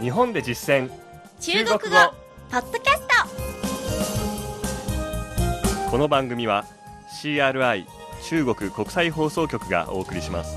日本で実践中国語ポッドキャスト。 この番組は CRI 中国国際放送局がお送りします。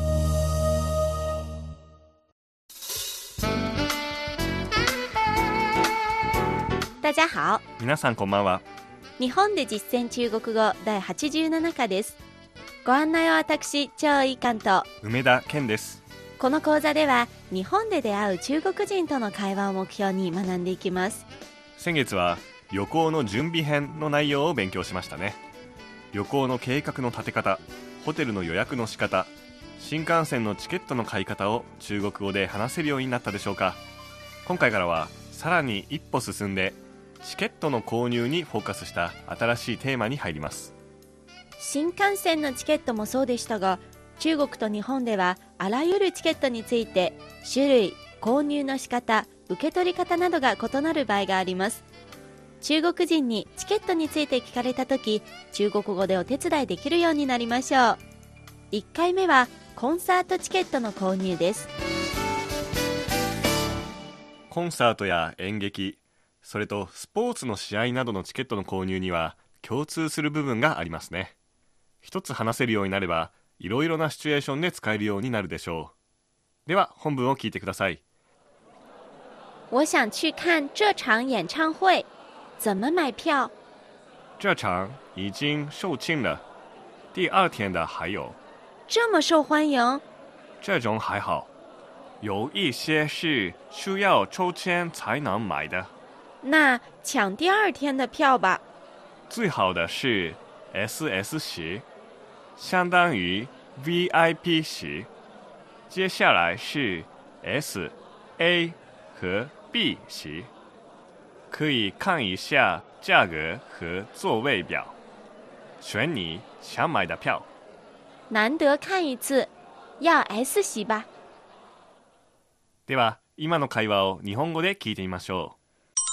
大家好。 皆さんこんばんは。 日本で実践中国語第87課です。ご案内は私、張井関と梅田健です。 この講座では日本で出会う中国人との会話を目標に学んでいきます。 先月は旅行の準備編の内容を勉強しましたね。旅行の計画の立て方、ホテルの予約の仕方、新幹線のチケットの買い方を中国語で話せるようになったでしょうか。今回からはさらに一歩進んでチケットの購入にフォーカスした新しいテーマに入ります。 新幹線のチケットもそうでしたが、中国と日本ではあらゆるチケットについて種類、購入の仕方、受け取り方などが異なる場合があります。中国人にチケットについて聞かれたとき、中国語でお手伝いできるようになりましょう。1回目はコンサートチケットの購入です。 コンサートや演劇、それとスポーツの試合などのチケットの購入には共通する部分がありますね。一つ話せるようになればいろいろなシチュエーションで使えるようになるでしょう。では本文を聞いてください。 我想去看这场演唱会，怎么买票？ 这场已经售罄了，第二天的还有。 这么受欢迎？ 这种还好，有一些是需要抽签才能买的。 那抢第二天的票吧。 最好的是 SS 席，相当于 VIP 席。接下来是 S、A 和 B 席，可以看一下价格和座位表，选你想买的票。 難得看一次，要 S 席吧。 では今の会話を日本語で聞いてみましょう。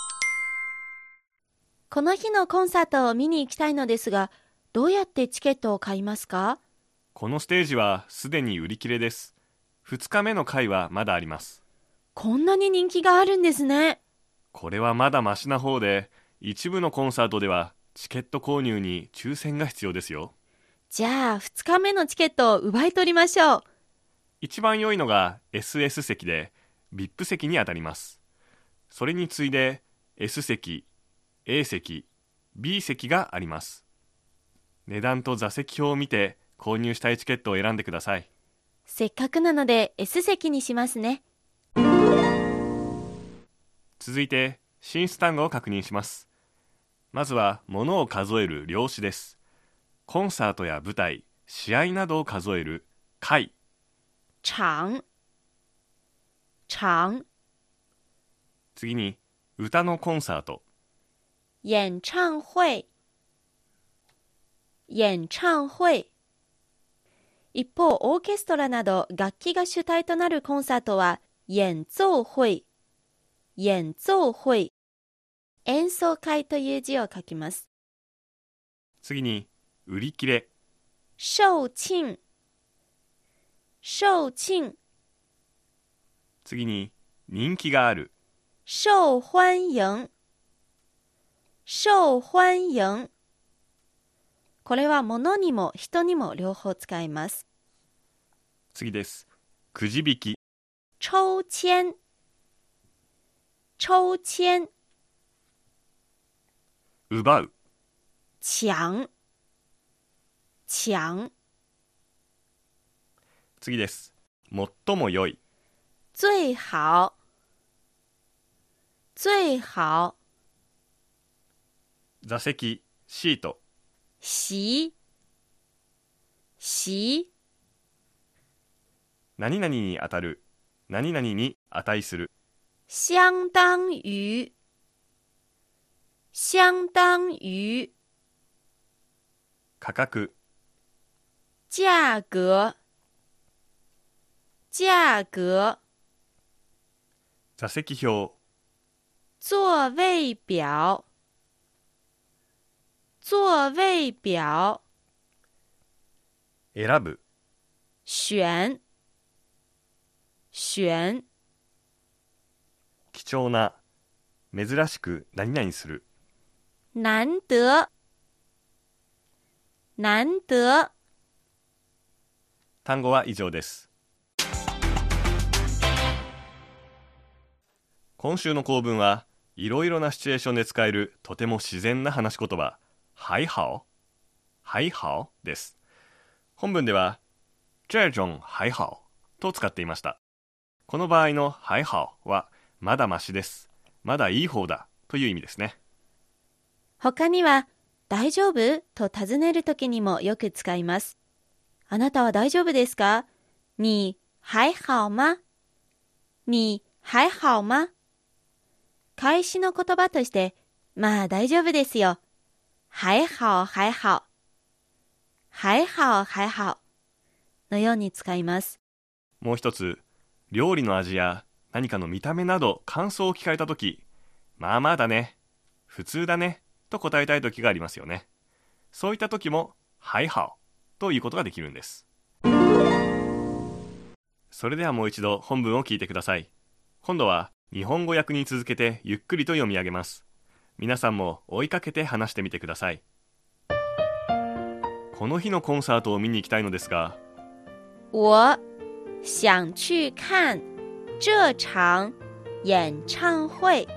この日のコンサートを見に行きたいのですが、どうやってチケットを買いますか？ このステージはすでに売り切れです。2日目の回はまだあります。 こんなに人気があるんですね。 これはまだマシな方で、一部のコンサートではチケット購入に抽選が必要ですよ。 じゃあ2日目のチケットを奪い取りましょう。 一番良いのが SS 席で VIP 席にあたります。それに次いで S 席、A 席、B 席があります。値段と座席表を見て購入したいチケットを選んでください。 せっかくなので S 席にしますね。 続いて進出単語を確認します。まずは物を数える量詞です。コンサートや舞台、試合などを数える会。 場。 次に歌のコンサート。 演唱会。一方、オーケストラなど楽器が主体となるコンサートは演奏会。演奏会という字を書きます。 次に売り切れ。 售罄。 次に人気がある。 受欢迎。これは物にも人にも両方使います。 次です。くじ引き。 抽签。 奪う。 抢。 次です。最も良い。 最好。 座席、シート。 席。 何々に当たる。何々に値する。 相当于。 価格。 价格。 座席表。 座位表。 選ぶ。 選。 重な、珍しく何々する。 難得難得。 単語は以上です。今週の構文はいろいろなシチュエーションで使えるとても自然な話し言葉、はい好はい好です。本文では这种还好と使っていました。この場合のはい好はまだマシです、まだいい方だという意味ですね。 他には大丈夫と尋ねるときにもよく使います。あなたは大丈夫ですか？你还好吗？你还好吗？返しの言葉として、まあ大丈夫ですよ。还好还好。还好还好のように使います。 もう一つ、料理の味や何かの見た目など感想を聞かれたとき、まあまあだね、普通だねと答えたいときがありますよね。そういったときもはい好ということができるんです。それではもう一度本文を聞いてください。今度は日本語訳に続けてゆっくりと読み上げます。皆さんも追いかけて話してみてください。この日のコンサートを見に行きたいのですが、 我想去看这场演唱会。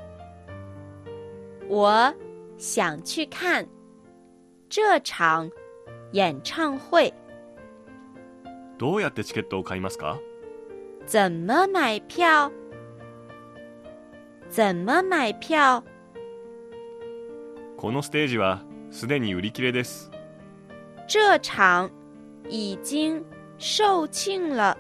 我想去看这场演唱会。 どうやってチケットを買いますか？ 怎么买票？怎么买票？ このステージはすでに売り切れです。 这场已经售罄了。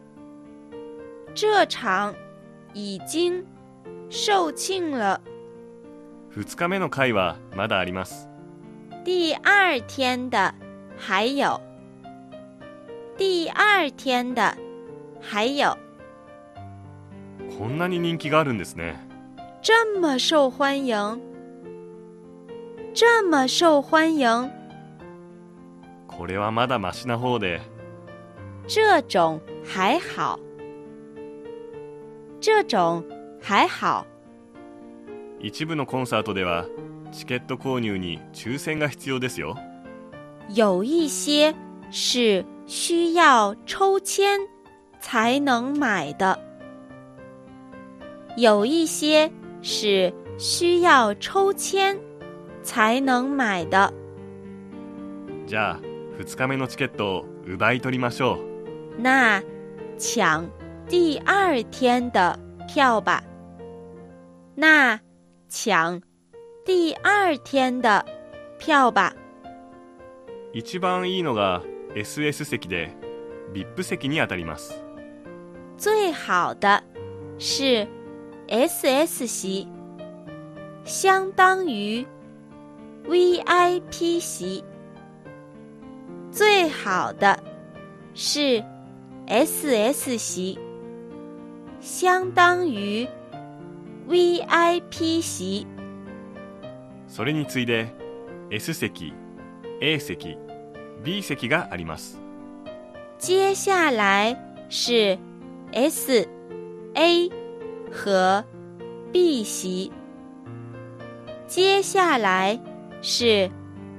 这场已经售罄了。 2日目の回はまだあります。 第二天的还有。第二天的还有。 こんなに人気があるんですね。 这么受欢迎。这么受欢迎。 これはまだマシな方で。 这种还好。这种还好。 一部のコンサートではチケット購入に抽選が必要ですよ。 有一些是需要抽签才能买的。有一些是需要抽签才能买的。 じゃあ2日目のチケットを奪い取りましょう。那抢第二天的票吧。那抢第二天的票吧。 一番いいのが SS 席で VIP 席に当たります。 最好的是 SS 席，相当于 VIP 席。最好的是 SS 席，相当于 VIP 席。 それに次いで S 席、A 席、B 席があります。 接下来是 S、A 和 B 席。接下来是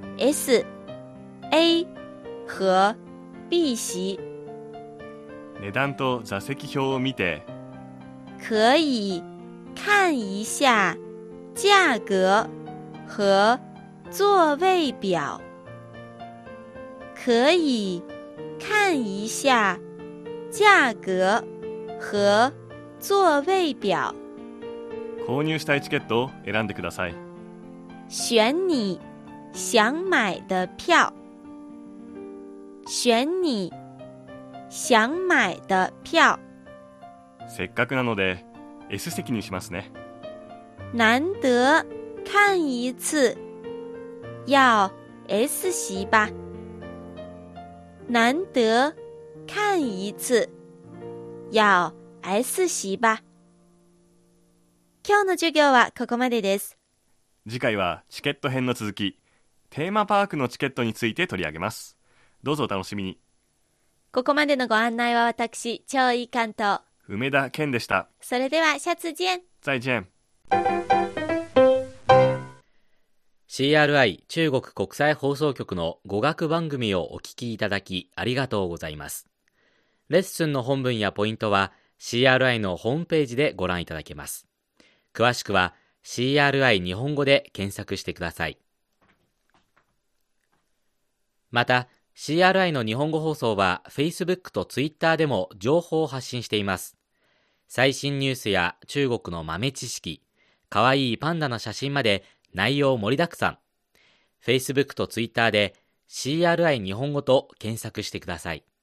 S、A 和 B 席。 値段と座席表を見て、 可以看一下价格和座位表。可以看一下价格和座位表。 購入したいチケットを選んでください。 选你想买的票。选你想买的票。 せっかくなので S 席にしますね。 難得看一次，要 S 席吧。難得看一次，要 S 席吧。今日の授業はここまでです。 次回はチケット編の続き、テーマパークのチケットについて取り上げます。どうぞお楽しみに。 ここまでのご案内は私、張井関東、 梅田健でした。 それではシャツ見。 再见。 CRI 中国国際放送局の語学番組をお聞きいただきありがとうございます。レッスンの本文やポイントは CRI のホームページでご覧いただけます。詳しくは CRI 日本語で検索してください。また CRI の日本語放送は Facebook と Twitter でも情報を発信しています。最新ニュースや中国の豆知識、かわいいパンダの写真まで内容盛りだくさん。Facebook と Twitter で CRI 日本語と検索してください。